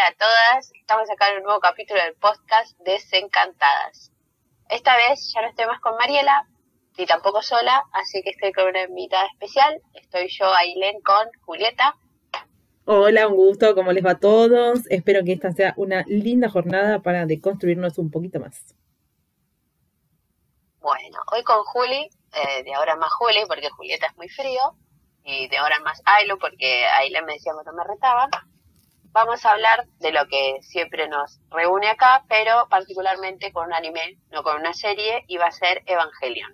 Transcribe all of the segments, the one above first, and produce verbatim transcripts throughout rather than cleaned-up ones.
a todas, estamos acá en un nuevo capítulo del podcast Desencantadas. Esta vez ya no estoy más con Mariela, ni tampoco sola, así que estoy con una invitada especial. Estoy yo, Ailén, con Julieta. Hola, un gusto, ¿cómo les va a todos? Espero que esta sea una linda jornada para deconstruirnos un poquito más. Bueno, hoy con Juli, eh, de ahora en más Juli, porque Julieta es muy frío, y de ahora en más Ailu, porque Ailén me decía cuando me retaba. Vamos a hablar de lo que siempre nos reúne acá, pero particularmente con un anime, no con una serie, y va a ser Evangelion.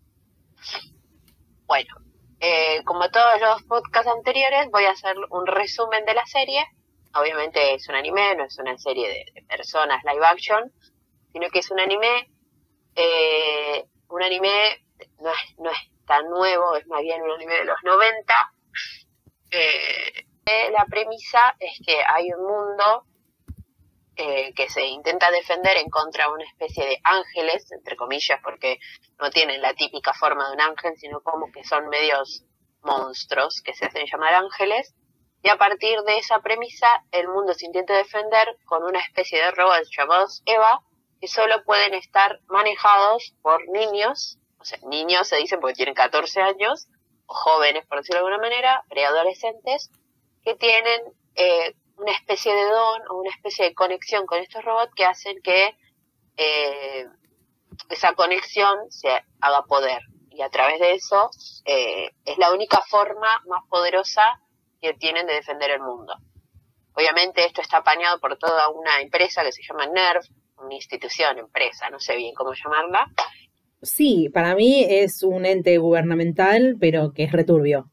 Bueno, eh, como todos los podcasts anteriores, voy a hacer un resumen de la serie. Obviamente es un anime, no es una serie de, de personas live action, sino que es un anime, eh, un anime no es, no es tan nuevo, es más bien un anime de los noventa. Eh, la premisa es que hay un mundo eh, que se intenta defender en contra de una especie de ángeles, entre comillas, porque no tienen la típica forma de un ángel, sino como que son medios monstruos que se hacen llamar ángeles, y a partir de esa premisa el mundo se intenta defender con una especie de robots llamados Eva, que solo pueden estar manejados por niños, o sea, niños se dicen porque tienen catorce años, o jóvenes, por decirlo de alguna manera, preadolescentes, que tienen eh, una especie de don o una especie de conexión con estos robots que hacen que eh, esa conexión se haga poder. Y a través de eso eh, es la única forma más poderosa que tienen de defender el mundo. Obviamente esto está apañado por toda una empresa que se llama NERV, una institución, empresa, no sé bien cómo llamarla. Sí, para mí es un ente gubernamental, pero que es returbio.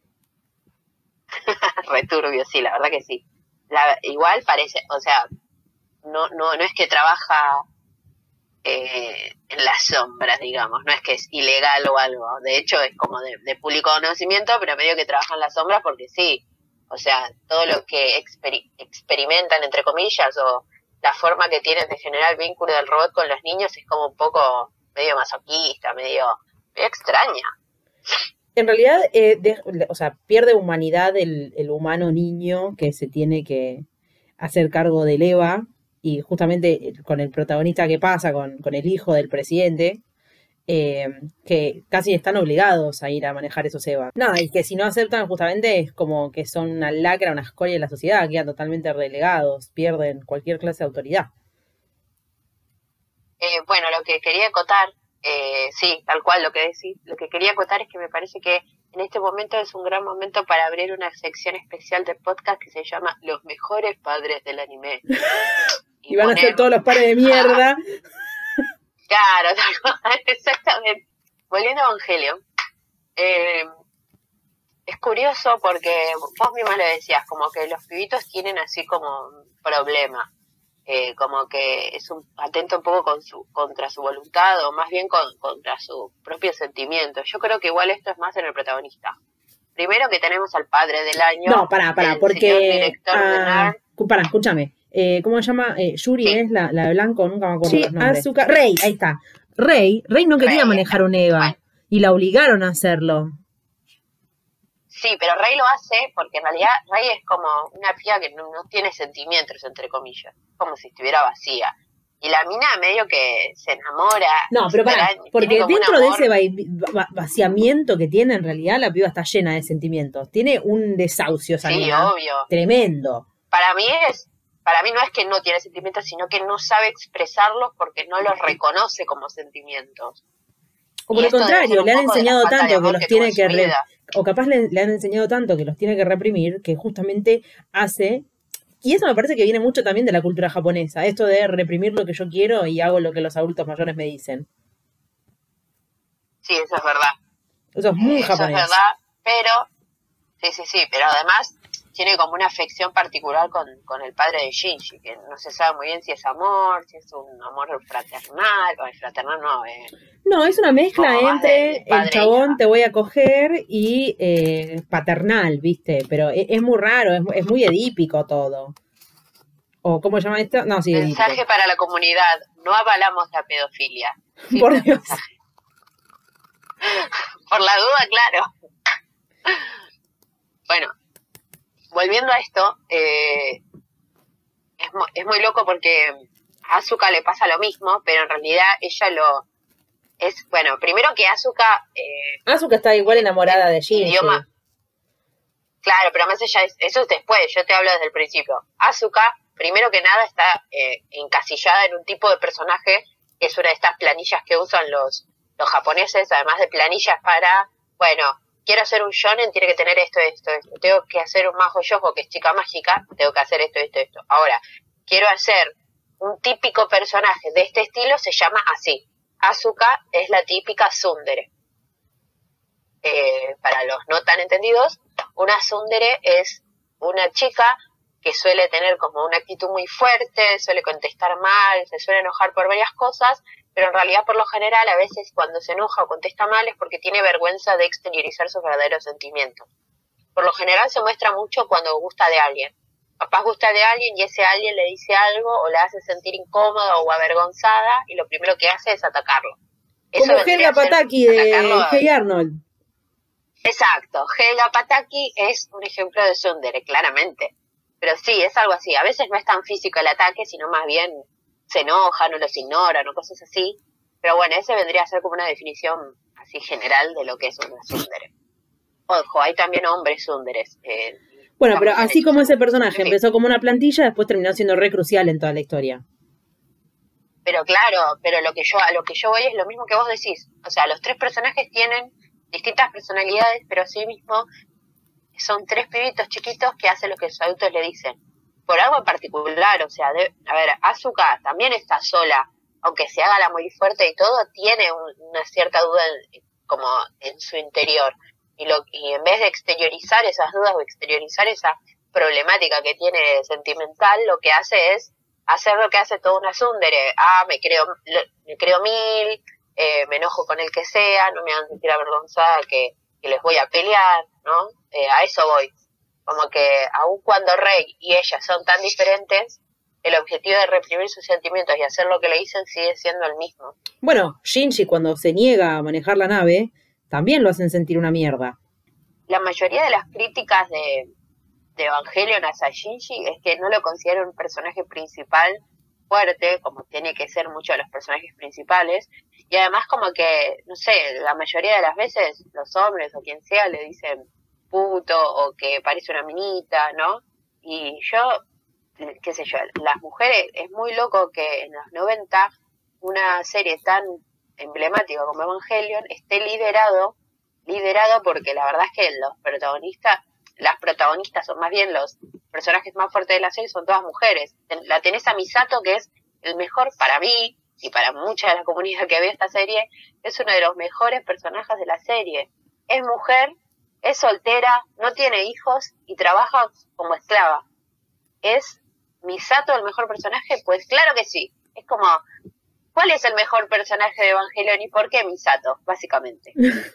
Returbio, sí, la verdad que sí. La, igual parece, o sea, no, no, no es que trabaja eh, en las sombras, digamos, no es que es ilegal o algo, de hecho es como de, de público conocimiento, pero medio que trabaja en las sombras porque sí, o sea, todo lo que exper- experimentan, entre comillas, o la forma que tienen de generar el vínculo del robot con los niños es como un poco medio masoquista, medio, medio extraña. En realidad, eh, de, o sea, pierde humanidad el, el humano niño que se tiene que hacer cargo del Eva, y justamente con el protagonista que pasa, con, con el hijo del presidente, eh, que casi están obligados a ir a manejar esos Eva. Nada, y que si no aceptan justamente es como que son una lacra, una escoria de la sociedad, quedan totalmente relegados, pierden cualquier clase de autoridad. Eh, bueno, lo que quería acotar, eh, sí, tal cual lo que decís, lo que quería acotar es que me parece que en este momento es un gran momento para abrir una sección especial de podcast que se llama Los mejores padres del anime. Y, y van poner... a ser todos los padres de mierda. Claro, exactamente. Volviendo a Evangelion, eh, es curioso porque vos misma lo decías, como que los pibitos tienen así como un problema. Eh, como que es un atento un poco con su, contra su voluntad o más bien con, contra su propio sentimiento. Yo creo que igual esto es más en el protagonista. Primero que tenemos al padre del año. No, pará, pará, porque... Ah, pará, escúchame. Eh, ¿Cómo se llama? Eh, Yuri sí. Es la, la de blanco, nunca me acuerdo sí, los nombres. Azuka, Rey, ahí está. Rey, Rey no quería Rey, manejar un Eva bueno. Y la obligaron a hacerlo. Sí, pero Rey lo hace porque en realidad Rey es como una piba que no, no tiene sentimientos, entre comillas, como si estuviera vacía. Y la mina medio que se enamora. No, pero pará, porque dentro de ese va- vaciamiento que tiene, en realidad la piba está llena de sentimientos. Tiene un desahucio esa sí, mina. Obvio. Tremendo. Para mí es, para mí no es que no tiene sentimientos, sino que no sabe expresarlos porque no los reconoce como sentimientos. O por el contrario, le han enseñado tanto que los tiene que... Re, o capaz le, le han enseñado tanto que los tiene que reprimir, que justamente hace... Y eso me parece que viene mucho también de la cultura japonesa, esto de reprimir lo que yo quiero y hago lo que los adultos mayores me dicen. Sí, eso es verdad. Eso es muy eh, japonés. Eso es verdad, pero... Sí, sí, sí, pero además tiene como una afección particular con, con el padre de Shinji, que no se sabe muy bien si es amor, si es un amor fraternal, o fraternal no, eh, no, es una mezcla entre el chabón te voy a coger y eh, paternal, ¿viste? Pero es, es muy raro, es, es muy edípico todo. ¿O cómo se llama esto? No, sí, mensaje edípico. Para la comunidad, no avalamos la pedofilia. Por Dios. Por la duda, claro. Bueno, volviendo a esto, eh, es, mu- es muy loco porque a Asuka le pasa lo mismo, pero en realidad ella lo... es Bueno, primero que Asuka... Eh, Asuka está igual enamorada de Shinji. idioma, claro, pero más allá, es- eso es después, yo te hablo desde el principio. Asuka, primero que nada, está eh, encasillada en un tipo de personaje que es una de estas planillas que usan los, los japoneses, además de planillas para, bueno, quiero hacer un shonen, tiene que tener esto, esto, esto. Tengo que hacer un majo yojo, que es chica mágica, tengo que hacer esto, esto, esto. Ahora, quiero hacer un típico personaje de este estilo, se llama así. Asuka es la típica tsundere. Eh, para los no tan entendidos, una tsundere es una chica que suele tener como una actitud muy fuerte, suele contestar mal, se suele enojar por varias cosas, pero en realidad por lo general a veces cuando se enoja o contesta mal es porque tiene vergüenza de exteriorizar sus verdaderos sentimientos. Por lo general se muestra mucho cuando gusta de alguien. Capaz gusta de alguien y ese alguien le dice algo o la hace sentir incómoda o avergonzada y lo primero que hace es atacarlo. Eso Como vendría Helga a ser Pataki de atacarlo a- Hey Arnold. Exacto, Helga Pataki es un ejemplo de tsundere, claramente. Pero sí, es algo así. A veces no es tan físico el ataque, sino más bien se enojan o los ignoran o cosas así. Pero bueno, ese vendría a ser como una definición así general de lo que es una tsundere. Ojo, hay también hombres tsunderes. Eh, Bueno, están pero muy bien así hechos como ese algunos. personaje En fin. empezó como una plantilla, después terminó siendo re crucial en toda la historia. Pero claro, pero lo que yo a lo que yo voy es lo mismo que vos decís. O sea, los tres personajes tienen distintas personalidades, pero sí mismo son tres pibitos chiquitos que hacen lo que sus adultos le dicen. Por algo en particular, o sea, de, a ver, Asuka también está sola, aunque se haga la muy fuerte y todo, tiene un, una cierta duda en, como en su interior. Y, lo, y en vez de exteriorizar esas dudas o exteriorizar esa problemática que tiene sentimental, lo que hace es hacer lo que hace toda una tsundere. Ah, me creo, me creo mil, eh, me enojo con el que sea, no me hagan sentir avergonzada que, que les voy a pelear, ¿no? Eh, a eso voy. Como que aun cuando Rey y ella son tan diferentes, el objetivo de reprimir sus sentimientos y hacer lo que le dicen sigue siendo el mismo. Bueno, Shinji cuando se niega a manejar la nave, también lo hacen sentir una mierda. La mayoría de las críticas de, de Evangelion hacia Shinji es que no lo considera un personaje principal fuerte, como tiene que ser muchos de los personajes principales, y además como que, no sé, la mayoría de las veces los hombres o quien sea le dicen puto o que parece una minita, ¿no? Y yo, qué sé yo, las mujeres, es muy loco que en los noventa una serie tan emblemática como Evangelion esté liderado, liderado porque la verdad es que los protagonistas, las protagonistas, o más bien los personajes más fuertes de la serie, son todas mujeres. La tenés a Misato, que es el mejor para mí y para mucha de la comunidad que ve esta serie, es uno de los mejores personajes de la serie. Es mujer, es soltera, no tiene hijos y trabaja como esclava. ¿Es Misato el mejor personaje? Pues claro que sí. Es como, ¿cuál es el mejor personaje de Evangelion y por qué Misato? Básicamente.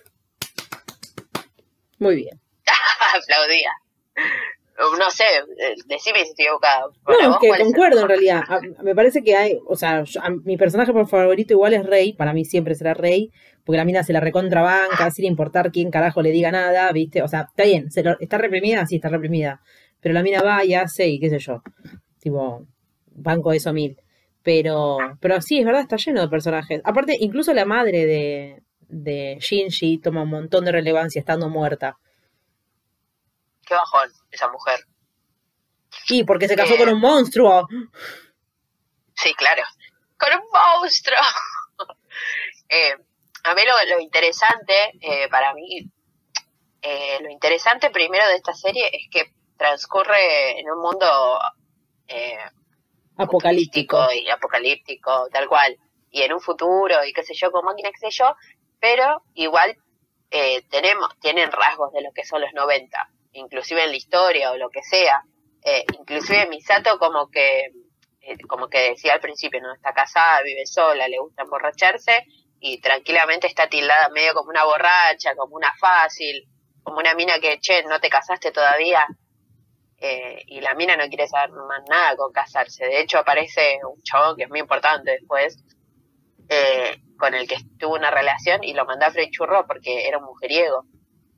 Muy bien. Aplaudía. No sé, decime si estoy equivocada. No, es vos, que ¿cuál es el concuerdo en mejor realidad. personaje? A- me parece que hay, o sea, yo- a- mi personaje favorito igual es Rey, para mí siempre será Rey, porque la mina se la recontrabanca, sin importar quién carajo le diga nada, ¿viste? O sea, está bien, se lo- está reprimida, sí, está reprimida, pero la mina va y hace y qué sé yo, tipo, banco eso mil. Pero, pero sí, es verdad, está lleno de personajes. Aparte, incluso la madre de, de Shinji toma un montón de relevancia estando muerta. Qué bajón esa mujer. Y porque se casó Eh, con un monstruo. sí, claro. Con un monstruo. eh, a mí lo, lo interesante, eh, para mí, eh, lo interesante primero de esta serie es que transcurre en un mundo eh, Apocalíptico. futurístico y apocalíptico, tal cual, y en un futuro y qué sé yo, con máquina, qué sé yo, pero igual eh, tenemos, tienen rasgos de lo que son los noventa, inclusive en la historia o lo que sea, eh, inclusive Misato como que, eh, como que decía al principio, no está casada, vive sola, le gusta emborracharse y tranquilamente está tildada medio como una borracha, como una fácil, como una mina que, che, no te casaste todavía. Eh, y la mina no quiere saber más nada con casarse. De hecho aparece un chabón que es muy importante después, eh, con el que tuvo una relación y lo mandó a freír churro porque era un mujeriego.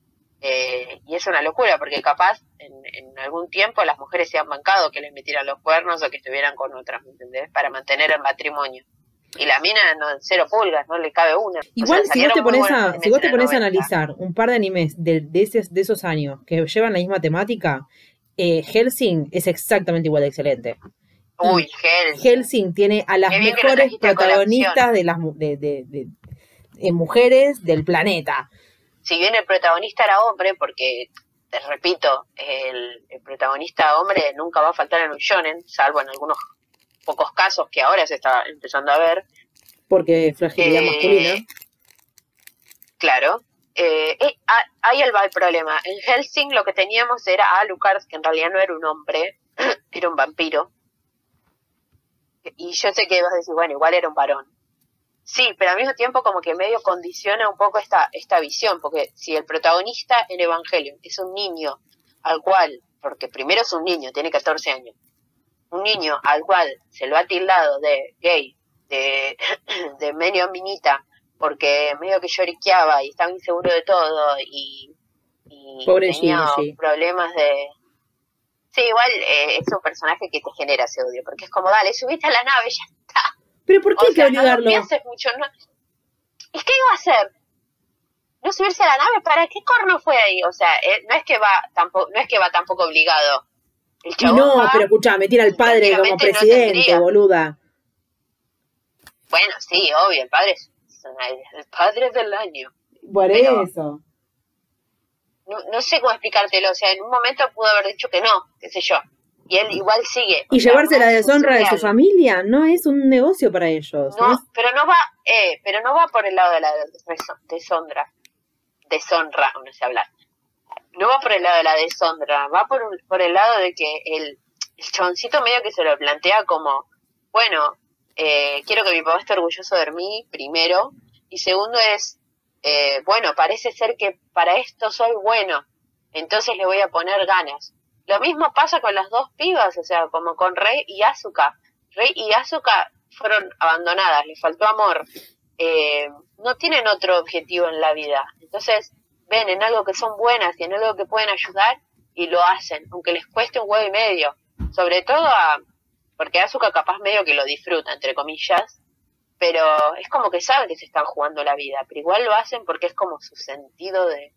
Eh, y es una locura, porque capaz en, en algún tiempo las mujeres se han bancado que les metieran los cuernos o que estuvieran con otras, ¿me entendés? Para mantener el matrimonio. Y la mina, no, cero pulgas, no le cabe una. Igual, o sea, si vos te pones a, si vos te pones a noventa. analizar un par de animes de, de, esos, de esos años que llevan la misma temática, eh, Hellsing es exactamente igual de excelente. Uy, y Hellsing. Hellsing tiene a las mejores protagonistas de las de, de, de, de mujeres del planeta. Si bien el protagonista era hombre, porque, te repito, el, el protagonista hombre nunca va a faltar en un shonen, salvo en algunos pocos casos que ahora se está empezando a ver. Porque fragilidad eh, masculina. Claro. Eh, eh, ahí va el problema. En Hellsing lo que teníamos era a Alucard, que en realidad no era un hombre, era un vampiro. Y yo sé que vas a decir, bueno, igual era un varón. Sí, pero al mismo tiempo como que medio condiciona un poco esta, esta visión, porque si el protagonista en Evangelion es un niño al cual, porque primero es un niño, tiene catorce años, un niño al cual se lo ha tildado de gay, de, de medio minita, porque medio que lloriqueaba y estaba inseguro de todo y, y tenía Gigi. problemas de... Sí, igual eh, es un personaje que te genera ese odio, porque es como, dale, subiste a la nave, ya está. ¿Pero por qué hay que obligarlo? No haces mucho, no... ¿Y qué iba a hacer? ¿No subirse a la nave? ¿Para qué corno fue ahí? O sea, eh, no es que va tampoco, no es que va tampoco obligado. El y no, va, pero escuchá, me tira el padre como presidente, no boluda. Bueno, sí, obvio, el padre es el padre del año. Por pero eso. No, no sé cómo explicártelo, o sea, en un momento pudo haber dicho que no, qué sé yo. Y él igual sigue. Y llevarse la deshonra de su familia no es un negocio para ellos. No, ¿no? Es... pero no va, eh, pero no va por el lado de la deshonra. Deshonra, no sé hablar. No va por el lado de la deshonra, va por, por el lado de que el, el chaboncito medio que se lo plantea como, bueno, eh, quiero que mi papá esté orgulloso de mí, primero, y segundo es, eh, bueno, parece ser que para esto soy bueno, entonces le voy a poner ganas. Lo mismo pasa con las dos pibas, o sea, como con Rei y Asuka. Rei y Asuka fueron abandonadas, les faltó amor, eh, no tienen otro objetivo en la vida, entonces ven en algo que son buenas y en algo que pueden ayudar y lo hacen, aunque les cueste un huevo y medio, sobre todo a, porque Asuka capaz medio que lo disfruta, entre comillas, pero es como que saben que se están jugando la vida, pero igual lo hacen porque es como su sentido de,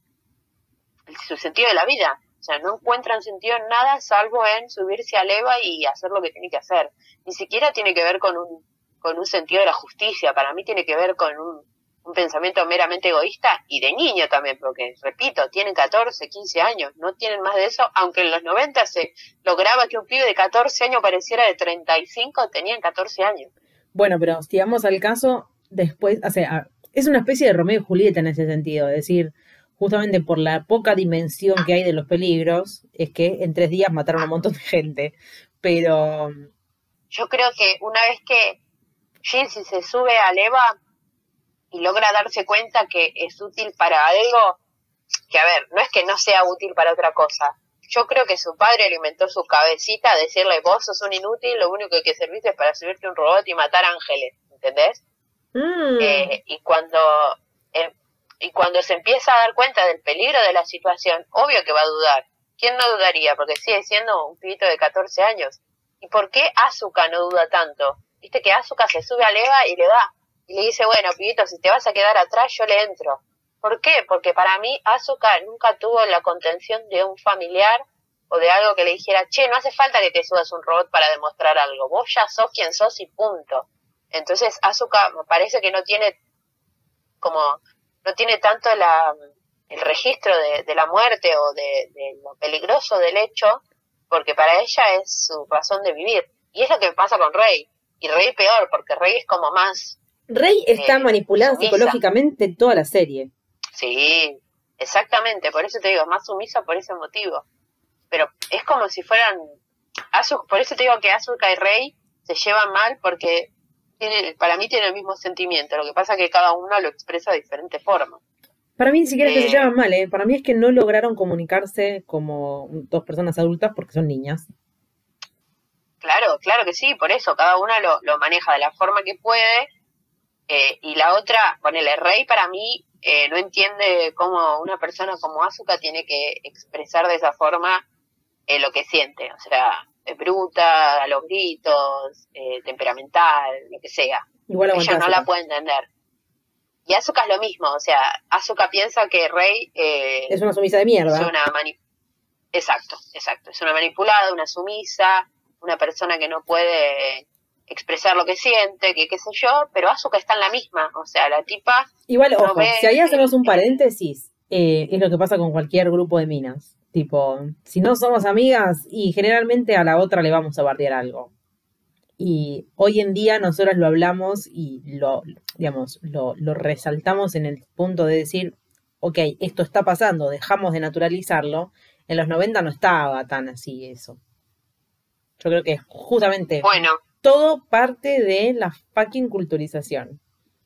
su sentido de la vida. O sea, no encuentran sentido en nada salvo en subirse al EVA y hacer lo que tiene que hacer. Ni siquiera tiene que ver con un, con un sentido de la justicia. Para mí tiene que ver con un, un pensamiento meramente egoísta y de niño también, porque, repito, tienen catorce, quince años, no tienen más de eso, aunque en los noventa se lograba que un pibe de catorce años pareciera de treinta y cinco, tenían catorce años. Bueno, pero si vamos al caso, después, o sea, es una especie de Romeo y Julieta en ese sentido, es decir... Justamente por la poca dimensión que hay de los peligros, es que en tres días mataron a un montón de gente. Pero... Yo creo que una vez que Jinsi se sube al EVA y logra darse cuenta que es útil para algo, que a ver, no es que no sea útil para otra cosa. Yo creo que su padre alimentó su cabecita a decirle, vos sos un inútil, lo único que serviste es para subirte a un robot y matar ángeles, ¿entendés? Mm. Eh, y cuando... Eh, Y cuando se empieza a dar cuenta del peligro de la situación, obvio que va a dudar. ¿Quién no dudaría? Porque sigue siendo un pibito de catorce años. ¿Y por qué Asuka no duda tanto? Viste que Asuka se sube a EVA y le da. Y le dice, bueno, pibito, si te vas a quedar atrás, yo le entro. ¿Por qué? Porque para mí Asuka nunca tuvo la contención de un familiar o de algo que le dijera, che, no hace falta que te subas un robot para demostrar algo. Vos ya sos quien sos y punto. Entonces Asuka me parece que no tiene como... no tiene tanto la, el registro de, de la muerte o de, de lo peligroso del hecho, porque para ella es su razón de vivir. Y es lo que pasa con Rei. Y Rei peor, porque Rei es como más... Rei está eh, manipulada sumisa. Psicológicamente en toda la serie. Sí, exactamente. Por eso te digo, más sumisa por ese motivo. Pero es como si fueran... Asuka, por eso te digo que Asuka y Rei se llevan mal, porque... Tiene, para mí tiene el mismo sentimiento, lo que pasa es que cada uno lo expresa de diferente forma. Para mí ni siquiera eh, es que se llevan mal, ¿eh? Para mí es que no lograron comunicarse como dos personas adultas porque son niñas. Claro, claro que sí, por eso cada una lo, lo maneja de la forma que puede, eh, y la otra, ponele, Rei para mí eh, no entiende cómo una persona como Asuka tiene que expresar de esa forma eh, lo que siente, o sea, es bruta, a los gritos, eh, temperamental, lo que sea. Igual aguanta Ella no la Asuka. puede entender. Y Asuka es lo mismo, o sea, Asuka piensa que Rey eh, Es una sumisa de es mierda. una mani- exacto, exacto, es una manipulada, una sumisa, una persona que no puede expresar lo que siente, que qué sé yo, pero Asuka está en la misma, o sea, la tipa Igual, no ojo, ve si ahí hacemos un eh, paréntesis, eh, es lo que pasa con cualquier grupo de minas. Tipo, si no somos amigas y generalmente a la otra le vamos a bardear algo. Y hoy en día nosotras lo hablamos y lo, digamos, lo, lo resaltamos en el punto de decir, ok, esto está pasando, dejamos de naturalizarlo. En los noventa no estaba tan así eso. Yo creo que es justamente bueno, todo parte de la fucking culturización.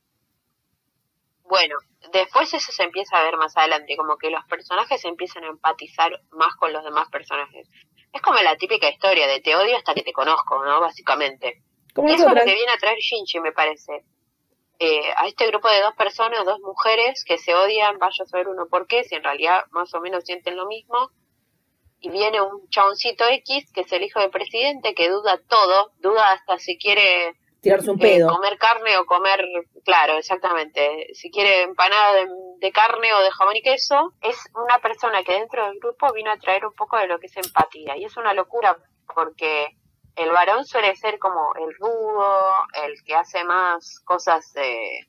bueno, después eso se empieza a ver más adelante, como que los personajes se empiezan a empatizar más con los demás personajes. Es como la típica historia de te odio hasta que te conozco, ¿no? Básicamente. Como Eso es lo nosotras. que viene a traer Shinji, me parece. Eh, a este grupo de dos personas, dos mujeres que se odian, vaya a saber uno por qué, si en realidad más o menos sienten lo mismo, y viene un chaboncito X, que es el hijo del presidente, que duda todo, duda hasta si quiere Tirarse un eh, pedo. comer carne o comer, claro, exactamente, si quiere empanada de, de carne o de jamón y queso, es una persona que dentro del grupo vino a traer un poco de lo que es empatía, y es una locura, porque el varón suele ser como el rudo, el que hace más cosas eh,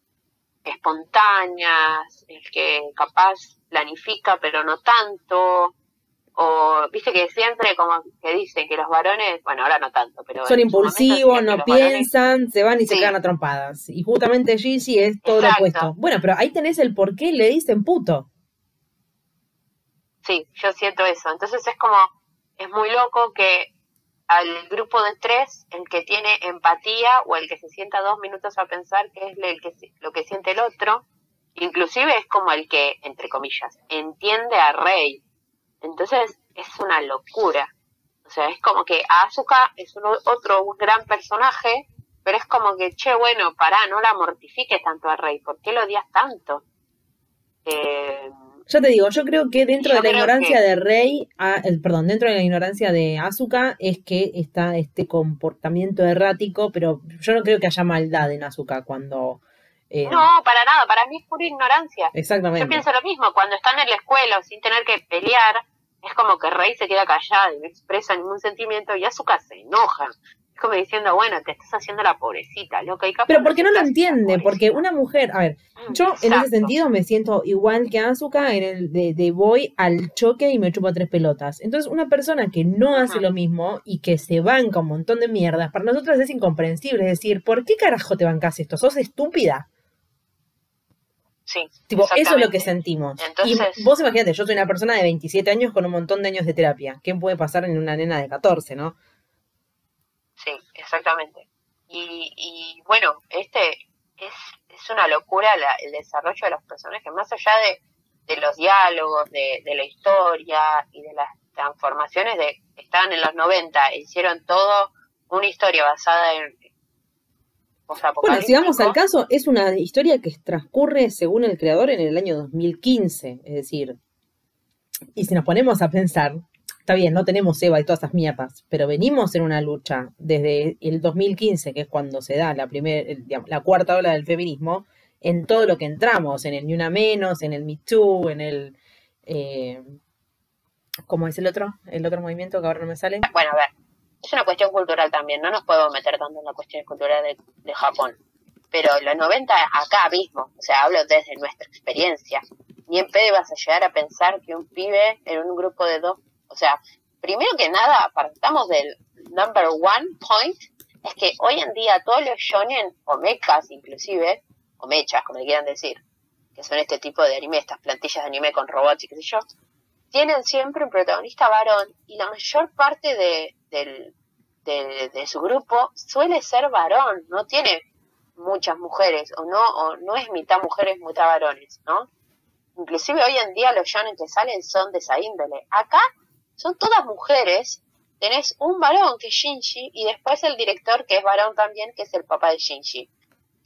espontáneas, el que capaz planifica pero no tanto, o viste que siempre como que dicen que los varones, bueno, ahora no tanto, pero Son en su momento impulsivos, decían que no los varones, piensan, se van y se sí, cagan a trompadas. Y justamente Gigi es todo lo opuesto. exacto, Bueno, pero ahí tenés el por qué le dicen puto. sí, yo siento eso. Entonces es como, es muy loco que al grupo de tres, el que tiene empatía o el que se sienta dos minutos a pensar qué es el que, lo que siente el otro, inclusive es como el que, entre comillas, entiende a Rey. Entonces es una locura. O sea, es como que Asuka es un, otro un gran personaje, pero es como que, che, bueno, pará, no la mortifiques tanto a Rey, ¿por qué lo odias tanto? Eh, Ya te digo, yo creo que dentro de yo la creo ignorancia que, de Rey, ah, el, perdón, dentro de la ignorancia de Asuka es que está este comportamiento errático, pero yo no creo que haya maldad en Asuka cuando... eh, no, para nada, para mí es pura ignorancia. Yo exactamente. pienso lo mismo, cuando están en la escuela sin tener que pelear, es como que Rey se queda callada y no expresa ningún sentimiento y Asuka se enoja. Es como diciendo, bueno, te estás haciendo la pobrecita, loca, y capaz Pero no porque se no lo está haciendo la entiende, porque pobrecita. una mujer, a ver, yo en ese Exacto. sentido me siento igual que Asuka en el de, de voy al choque y me chupo tres pelotas. Entonces, una persona que no hace Uh-huh. lo mismo y que se banca un montón de mierdas, para nosotros es incomprensible. Es decir, ¿por qué carajo te bancas esto? ¿Sos estúpida? Sí, Tipo, eso es lo que exactamente. sentimos. Y Entonces, vos imagínate, yo soy una persona de veintisiete años con un montón de años de terapia. ¿Qué puede pasar en una nena de catorce, no? sí, exactamente. Y, y bueno, este es, es una locura la, el desarrollo de los personajes, más allá de, de los diálogos, de, de la historia y de las transformaciones de estaban en los noventa e hicieron todo una historia basada en Bueno, si vamos al posapocalíptico. caso, es una historia que transcurre, según el creador, en el año dos mil quince. Es decir, y si nos ponemos a pensar, está bien, no tenemos EVA y todas esas mierdas, pero venimos en una lucha desde el dos mil quince, que es cuando se da la, primer, digamos, la cuarta ola del feminismo, en todo lo que entramos, en el Ni Una Menos, en el Me Too, en el... Eh, ¿cómo es el otro? El otro movimiento que ahora no me sale. Bueno, a ver, es una cuestión cultural también, no nos podemos meter tanto en la cuestión cultural de, de Japón. Pero los noventa acá mismo, o sea, hablo desde nuestra experiencia. Ni en pedo vas a llegar a pensar que un pibe en un grupo de dos, o sea, primero que nada, partamos del number one point, es que hoy en día todos los shonen, o mechas inclusive, o mechas, como le quieran decir, que son este tipo de anime, estas plantillas de anime con robots y qué sé yo, tienen siempre un protagonista varón y la mayor parte de, de, de, de su grupo suele ser varón, no tiene muchas mujeres, o no, o no es mitad mujeres, mitad varones, ¿no? Inclusive hoy en día los shonen que salen son de esa índole. Acá son todas mujeres, tenés un varón que es Shinji, y después el director que es varón también, que es el papá de Shinji.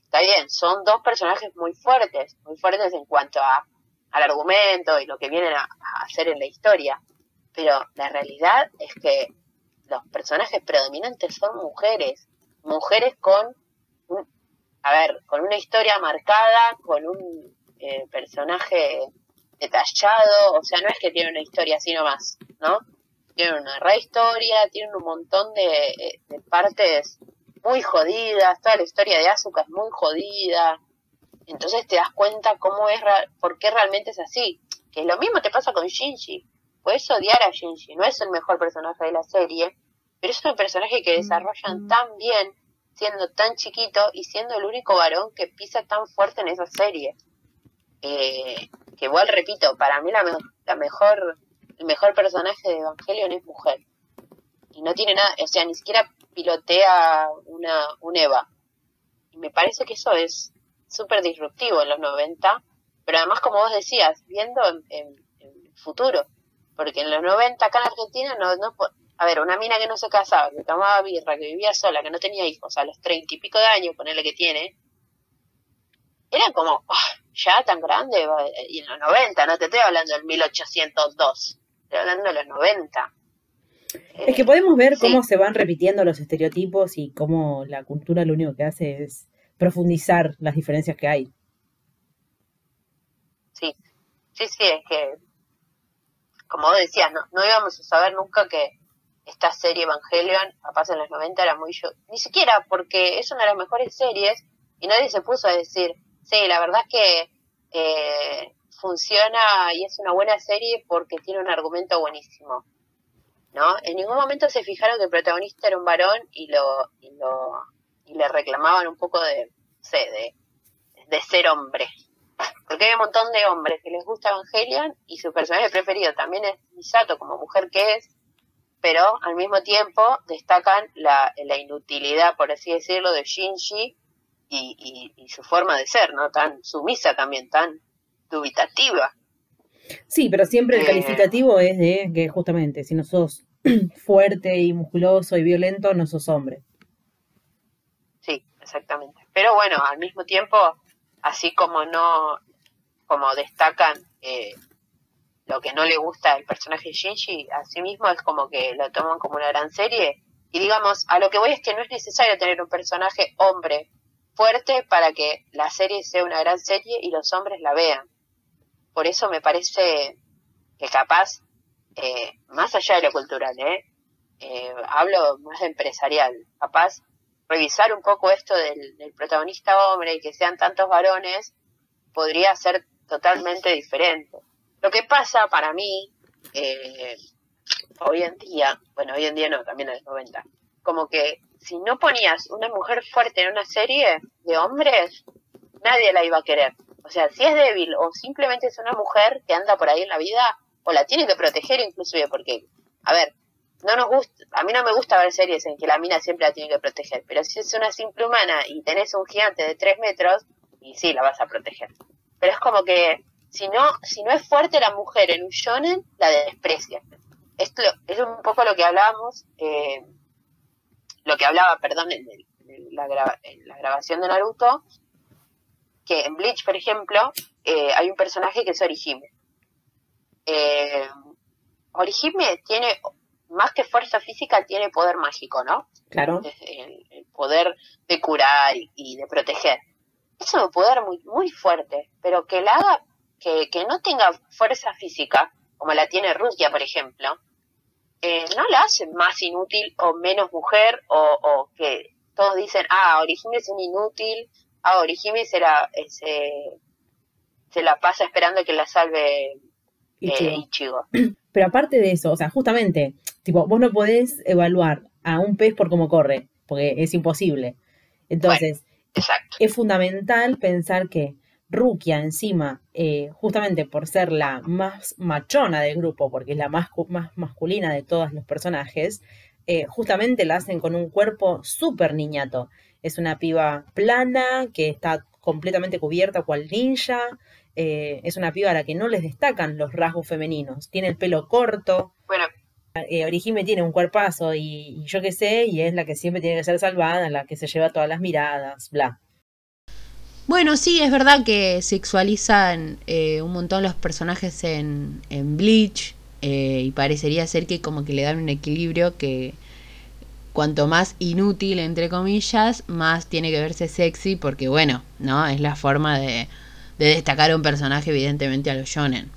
está bien, son dos personajes muy fuertes, muy fuertes en cuanto a al argumento y lo que vienen a, a hacer en la historia, pero la realidad es que los personajes predominantes son mujeres, mujeres con, un, a ver, con una historia marcada, con un eh, personaje detallado, o sea, no es que tienen una historia así nomás, ¿no? Tienen una re historia, tienen un montón de, de partes muy jodidas, toda la historia de Asuka es muy jodida, entonces te das cuenta cómo es, por qué realmente es así, que lo mismo te pasa con Shinji, puedes odiar a Shinji, no es el mejor personaje de la serie, pero es un personaje que desarrollan tan bien, siendo tan chiquito y siendo el único varón que pisa tan fuerte en esa serie. Eh, que igual repito, para mí la, me la mejor, el mejor personaje de Evangelion es mujer. Y no tiene nada, o sea, ni siquiera pilotea una, un Eva. Y me parece que eso es súper disruptivo en los noventa, pero además, como vos decías, viendo en, en, en el futuro. Porque en los noventa acá en Argentina no, no, a ver, una mina que no se casaba, que tomaba birra, que vivía sola, que no tenía hijos, a los treinta y pico de años, ponerle que tiene, era como, oh, ya tan grande, y en los noventa, no te estoy hablando del mil ochocientos dos, estoy hablando de los noventa. Eh, es que podemos ver sí. cómo se van repitiendo los estereotipos y cómo la cultura lo único que hace es profundizar las diferencias que hay. Sí, sí, sí, es que, como vos decías, no, no íbamos a saber nunca que esta serie Evangelion, capaz en los noventa, era muy yo, ni siquiera porque es una de las mejores series y nadie se puso a decir, sí, la verdad es que eh, funciona y es una buena serie porque tiene un argumento buenísimo, ¿no? En ningún momento se fijaron que el protagonista era un varón y lo y lo y le reclamaban un poco de, no sé, de, de ser hombre. Porque hay un montón de hombres que les gusta Evangelion y su personaje preferido también es Misato como mujer que es, pero al mismo tiempo destacan la, la inutilidad, por así decirlo, de Shinji y, y, y su forma de ser, ¿no? Tan sumisa también, tan dubitativa. Sí, pero siempre el eh, calificativo es de que justamente si no sos fuerte y musculoso y violento, no sos hombre. Sí, exactamente. Pero bueno, al mismo tiempo, así como no, como destacan eh, lo que no le gusta al personaje de Shinji, así mismo es como que lo toman como una gran serie. Y digamos, a lo que voy es que no es necesario tener un personaje hombre fuerte para que la serie sea una gran serie y los hombres la vean. Por eso me parece que capaz, eh, más allá de lo cultural, ¿eh? Eh, hablo más de empresarial, capaz revisar un poco esto del, del protagonista hombre y que sean tantos varones podría ser totalmente diferente. Lo que pasa para mí, eh, hoy en día, bueno, hoy en día no, también en los noventa, como que si no ponías una mujer fuerte en una serie de hombres, nadie la iba a querer. O sea, si es débil o simplemente es una mujer que anda por ahí en la vida, o la tiene que proteger inclusive, porque, a ver, no nos gusta, a mí no me gusta ver series en que la mina siempre la tiene que proteger, pero si es una simple humana y tenés un gigante de tres metros, y sí, la vas a proteger. Pero es como que, si no, si no es fuerte la mujer en un shonen, la desprecia. Esto es un poco lo que hablábamos, eh, lo que hablaba, perdón, en, el, en, la, grava, en la grabación de Naruto, que en Bleach, por ejemplo, eh, hay un personaje que es Orihime. Eh, Orihime tiene, más que fuerza física, tiene poder mágico, ¿no? Claro. El, el poder de curar y, y de proteger. Es un poder muy, muy fuerte, pero que la haga, que, que no tenga fuerza física, como la tiene Rukia, por ejemplo, eh, no la hace más inútil o menos mujer, o, o que todos dicen, ah, Orihime es un inútil, ah, Orihime se la, se, se la pasa esperando que la salve Ichigo. Eh, Ichigo. Pero aparte de eso, o sea, justamente, tipo, vos no podés evaluar a un pez por cómo corre, porque es imposible. Entonces, bueno, exacto. Es fundamental pensar que Rukia encima, eh, justamente por ser la más machona del grupo, porque es la más, más masculina de todos los personajes, eh, justamente la hacen con un cuerpo súper niñato. Es una piba plana, que está completamente cubierta cual ninja, eh, es una piba a la que no les destacan los rasgos femeninos. Tiene el pelo corto. Bueno. Eh, Orihime tiene un cuerpazo y, y yo qué sé, y es la que siempre tiene que ser salvada, la que se lleva todas las miradas, bla. Bueno, sí, es verdad que sexualizan eh, un montón los personajes en, en Bleach, eh, y parecería ser que como que le dan un equilibrio que cuanto más inútil, entre comillas, más tiene que verse sexy porque, bueno, ¿no? Es la forma de, de destacar a un personaje evidentemente a los shonen.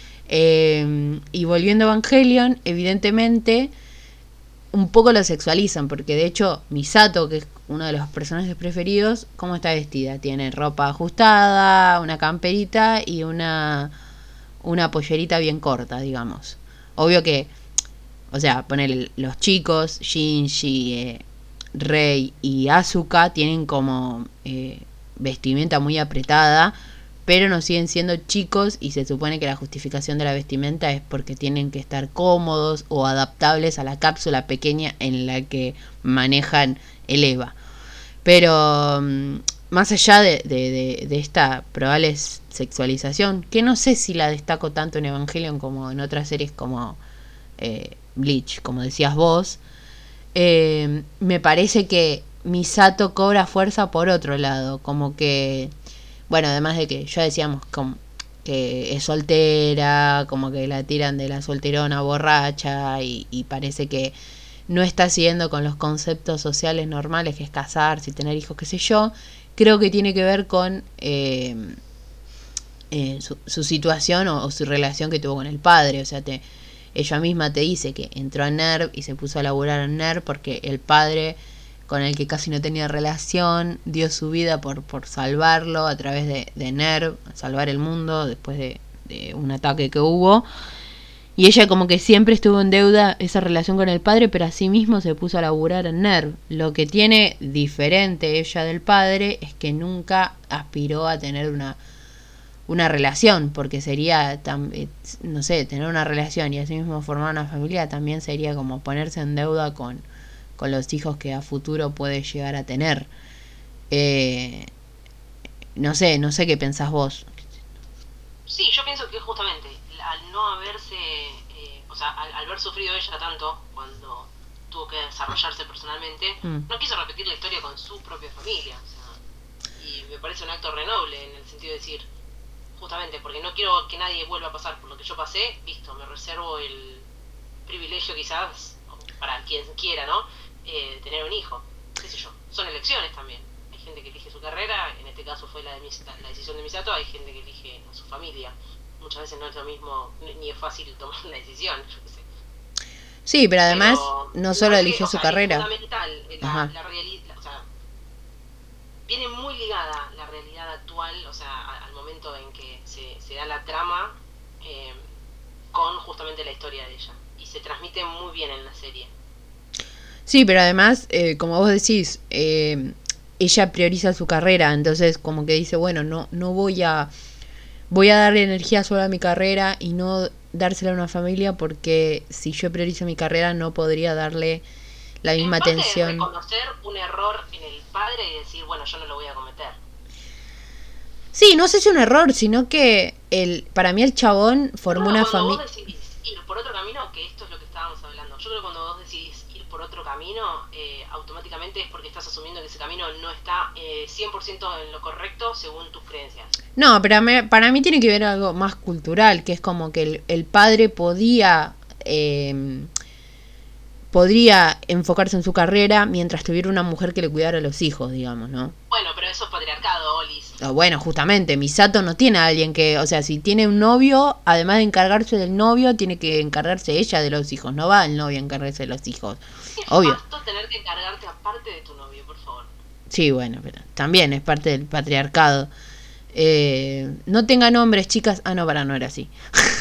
Eh, y volviendo a Evangelion, evidentemente un poco lo sexualizan, porque de hecho Misato, que es uno de los personajes preferidos, ¿cómo está vestida? Tiene ropa ajustada, una camperita y una, una pollerita bien corta, digamos. Obvio que, o sea, poner los chicos, Shinji, eh, Rei y Asuka tienen como eh, vestimenta muy apretada, pero no siguen siendo chicos y se supone que la justificación de la vestimenta es porque tienen que estar cómodos o adaptables a la cápsula pequeña en la que manejan el EVA. Pero más allá de, de, de, de esta probable sexualización, que no sé si la destaco tanto en Evangelion como en otras series como eh, Bleach, como decías vos, eh, me parece que Misato cobra fuerza por otro lado, como que, bueno, además de que ya decíamos como que es soltera, como que la tiran de la solterona borracha y, y parece que no está siguiendo con los conceptos sociales normales, que es casarse y tener hijos, qué sé yo. Creo que tiene que ver con eh, eh, su, su situación o, o su relación que tuvo con el padre. O sea, te, ella misma te dice que entró a NERV y se puso a laburar en NERV porque el padre, con el que casi no tenía relación, dio su vida por, por salvarlo a través de, de NERV, salvar el mundo después de, de un ataque que hubo. Y ella como que siempre estuvo en deuda esa relación con el padre, pero asimismo se puso a laburar en NERV. Lo que tiene diferente ella del padre es que nunca aspiró a tener una, una relación, porque sería, no sé, tener una relación y asimismo formar una familia también sería como ponerse en deuda con, con los hijos que a futuro puede llegar a tener. Eh, no sé, no sé qué pensás vos. Sí, yo pienso que justamente al no haberse, eh, o sea, al, al haber sufrido ella tanto cuando tuvo que desarrollarse personalmente, mm. no quiso repetir la historia con su propia familia, o sea, y me parece un acto re noble en el sentido de decir, justamente porque no quiero que nadie vuelva a pasar por lo que yo pasé, listo, me reservo el privilegio quizás, para quien quiera, ¿no?, eh, tener un hijo, qué sé yo, son elecciones también. Hay gente que elige su carrera, en este caso fue la, de mis, la decisión de Misato, hay gente que elige a su familia. Muchas veces no es lo mismo, ni es fácil tomar la decisión, yo qué sé. Sí, pero además pero, no solo eligió su sea, carrera. Es fundamental la, la realidad, o sea, viene muy ligada la realidad actual, o sea, al momento en que se, se da la trama eh, con justamente la historia de ella. Y se transmite muy bien en la serie. Sí, pero además, eh, como vos decís, eh, ella prioriza su carrera, entonces como que dice, bueno, no, no voy a... voy a darle energía solo a mi carrera y no dársela a una familia porque si yo priorizo mi carrera no podría darle la misma en parte atención. Es reconocer un error en el padre y decir, bueno, yo no lo voy a cometer. Sí, no sé si un error, sino que el para mí el chabón formó no, una familia. Cuando fami- vos decidís ir por otro camino, que esto es lo que estábamos hablando, yo creo que cuando vos decidís ir por otro camino, eh, automáticamente es porque estás asumiendo que ese camino no está eh, cien por ciento en lo correcto según tus creencias. No, pero me, para mí tiene que ver algo más cultural, que es como que el, el padre podía eh, podría enfocarse en su carrera mientras tuviera una mujer que le cuidara a los hijos, digamos, ¿no? Bueno, pero eso es patriarcado, Olis. Oh, bueno, justamente, Misato no tiene a alguien que, o sea, si tiene un novio, además de encargarse del novio, tiene que encargarse ella de los hijos, no va el novio a encargarse de los hijos. Es obvio. Basta tener que encargarte aparte de tu novio, por favor. Sí, bueno, pero también es parte del patriarcado. Eh, no tengan hombres, chicas. Ah, no, para, no era así.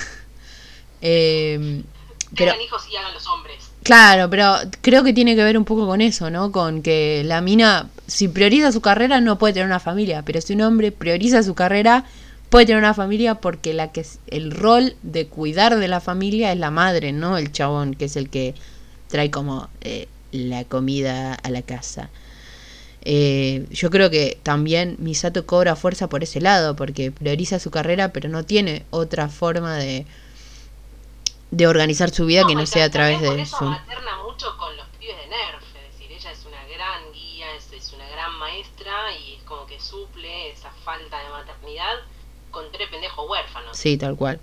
eh, Tengan pero, hijos y hagan los hombres. Claro, pero creo que tiene que ver un poco con eso, ¿no? Con que la mina, si prioriza su carrera, no puede tener una familia. Pero si un hombre prioriza su carrera, puede tener una familia porque la que el rol de cuidar de la familia es la madre, ¿no? El chabón, que es el que trae como eh, la comida a la casa. Eh, yo creo que también Misato cobra fuerza por ese lado, porque prioriza su carrera, pero no tiene otra forma de... de organizar su vida no, que no sea a través de eso su... materna mucho con los pibes de NERV, es decir, ella es una gran guía, es, es una gran maestra y es como que suple esa falta de maternidad con tres pendejos huérfanos. Sí, tal cual.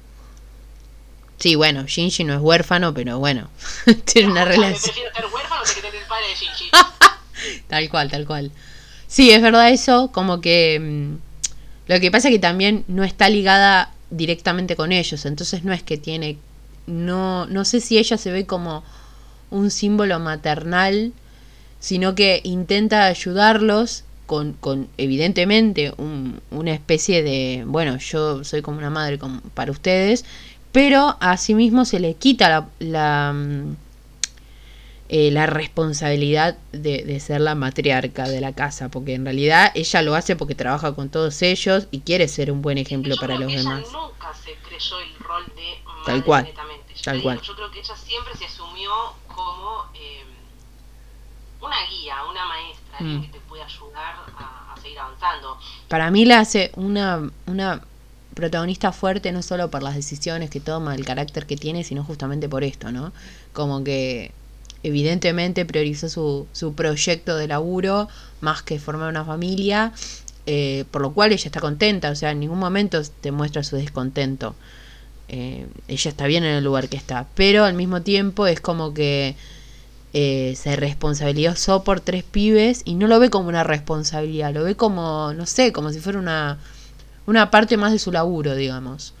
Sí, bueno, Shinji no es huérfano, pero bueno, tiene no, una o sea, relación. Me prefiero ser huérfano que tener el padre de Shinji. Tal cual, tal cual. Sí, es verdad eso, como que mmm, lo que pasa es que también no está ligada directamente con ellos, entonces no es que tiene, no, no sé si ella se ve como un símbolo maternal, sino que intenta ayudarlos con, con evidentemente un, una especie de, bueno, yo soy como una madre como para ustedes, pero asimismo se le quita la, la, eh, la responsabilidad de, de ser la matriarca de la casa, porque en realidad ella lo hace porque trabaja con todos ellos y quiere ser un buen ejemplo yo para creo los que demás. Ella nunca se creyó el rol de madre Tal cual, netamente. Yo, tal digo, cual. yo creo que ella siempre se asumió como eh, una guía, una maestra, alguien Mm. que te puede ayudar a, a seguir avanzando. Para mí la hace una, una protagonista fuerte no solo por las decisiones que toma, el carácter que tiene, sino justamente por esto, ¿no? Como que evidentemente priorizó su, su proyecto de laburo más que formar una familia, eh, por lo cual ella está contenta, o sea, en ningún momento te muestra su descontento. Eh, ella está bien en el lugar que está, pero al mismo tiempo es como que eh, se responsabilizó por tres pibes y no lo ve como una responsabilidad, lo ve como, no sé, como si fuera una, una parte más de su laburo, digamos.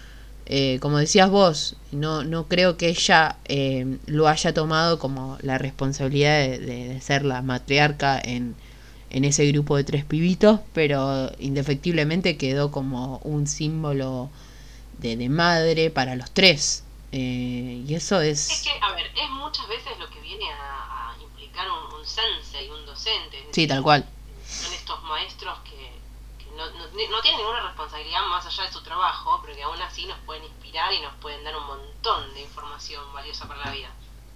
Eh, como decías vos, no, no creo que ella eh, lo haya tomado como la responsabilidad de, de, de ser la matriarca en, en ese grupo de tres pibitos, pero indefectiblemente quedó como un símbolo de, de madre para los tres. Eh, y eso es... Es que, a ver, es muchas veces lo que viene a, a implicar un, un sensei, un docente. Sí, tal cual. Son estos maestros que, que no, no, no tienen ninguna responsabilidad más allá de su trabajo, pero que aún así nos pueden inspirar y nos pueden dar un montón de información valiosa para la vida.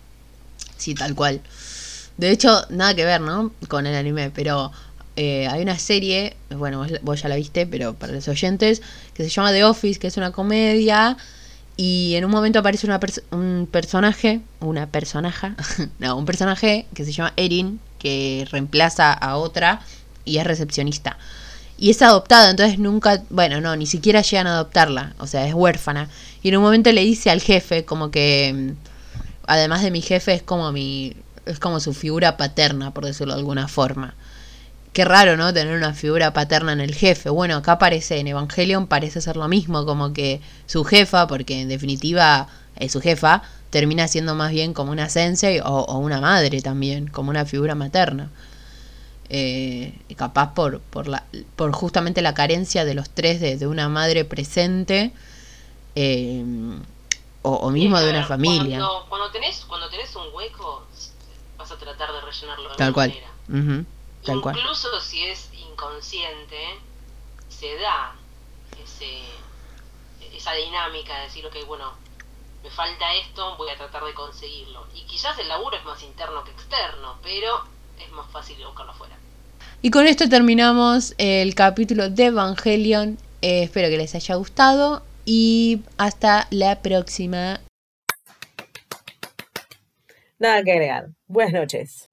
Sí, tal cual. De hecho, nada que ver, ¿no? Con el anime, pero eh, hay una serie, bueno, vos, vos ya la viste, pero para los oyentes, que se llama The Office, que es una comedia. Y en un momento aparece una pers- un personaje, una personaja, no, un personaje que se llama Erin, que reemplaza a otra y es recepcionista. Y es adoptada, entonces nunca, bueno, no, ni siquiera llegan a adoptarla, o sea, es huérfana. Y en un momento le dice al jefe, como que, además de mi jefe, es como mi, es como su figura paterna, por decirlo de alguna forma. Qué raro, ¿no? Tener una figura paterna en el jefe. Bueno, acá parece, en Evangelion parece ser lo mismo, como que su jefa, porque en definitiva es su jefa, termina siendo más bien como una sensei o, o una madre también, como una figura materna. Eh, capaz por, por, la, por justamente la carencia de los tres de, de una madre presente eh, o, o mismo Sí, de una ver, familia. Cuando, cuando, tenés, cuando tenés un hueco, vas a tratar de rellenarlo de Tal alguna cual. manera. Uh-huh. Tal cual. Incluso si es inconsciente, se da ese, esa dinámica de decir, ok, bueno, me falta esto, voy a tratar de conseguirlo. Y quizás el laburo es más interno que externo, pero es más fácil de buscarlo afuera. Y con esto terminamos el capítulo de Evangelion. Eh, espero que les haya gustado y hasta la próxima. Nada que agregar. Buenas noches.